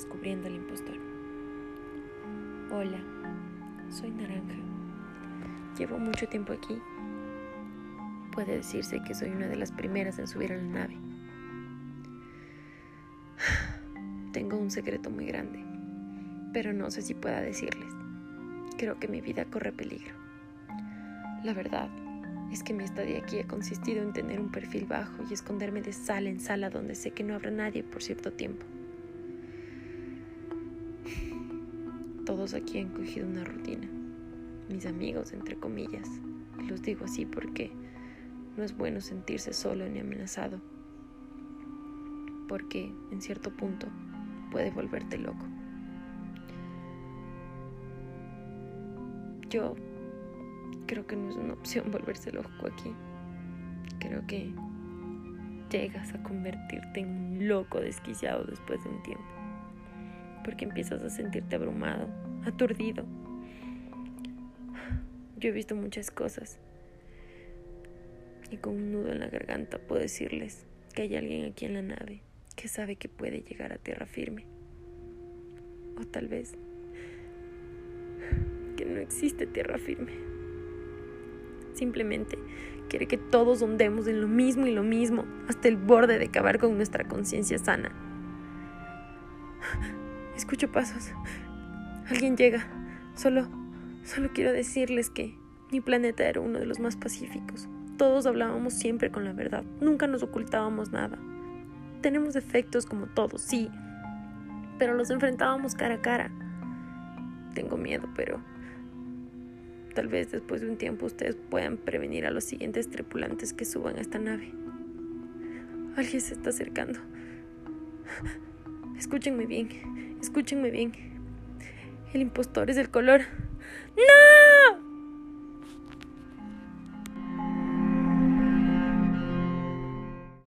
descubriendo al impostor. Hola, soy Naranja. Llevo mucho tiempo aquí. Puede decirse que soy una de las primeras en subir a la nave. Tengo un secreto muy grande, pero no sé si pueda decirles. Creo que mi vida corre peligro. La verdad es que mi estadía aquí ha consistido en tener un perfil bajo y esconderme de sala en sala donde sé que no habrá nadie por cierto tiempo. Todos aquí han cogido una rutina. Mis amigos, entre comillas. Y los digo así porque no es bueno sentirse solo ni amenazado. Porque, en cierto punto, puede volverte loco. Yo creo que no es una opción volverse loco aquí. Creo que llegas a convertirte en un loco desquiciado después de un tiempo. Porque empiezas a sentirte abrumado, aturdido. Yo he visto muchas cosas. Y con un nudo en la garganta puedo decirles que hay alguien aquí en la nave que sabe que puede llegar a tierra firme. O tal vez que no existe tierra firme. Simplemente quiere que todos ondemos en lo mismo y lo mismo, hasta el borde de acabar con nuestra conciencia sana. Escucho pasos. Alguien llega. Solo quiero decirles que mi planeta era uno de los más pacíficos. Todos hablábamos siempre con la verdad. Nunca nos ocultábamos nada. Tenemos defectos como todos, sí, pero los enfrentábamos cara a cara. Tengo miedo, pero tal vez después de un tiempo ustedes puedan prevenir a los siguientes tripulantes que suban a esta nave. Alguien se está acercando. Escúchenme bien. El impostor es el color. ¡No!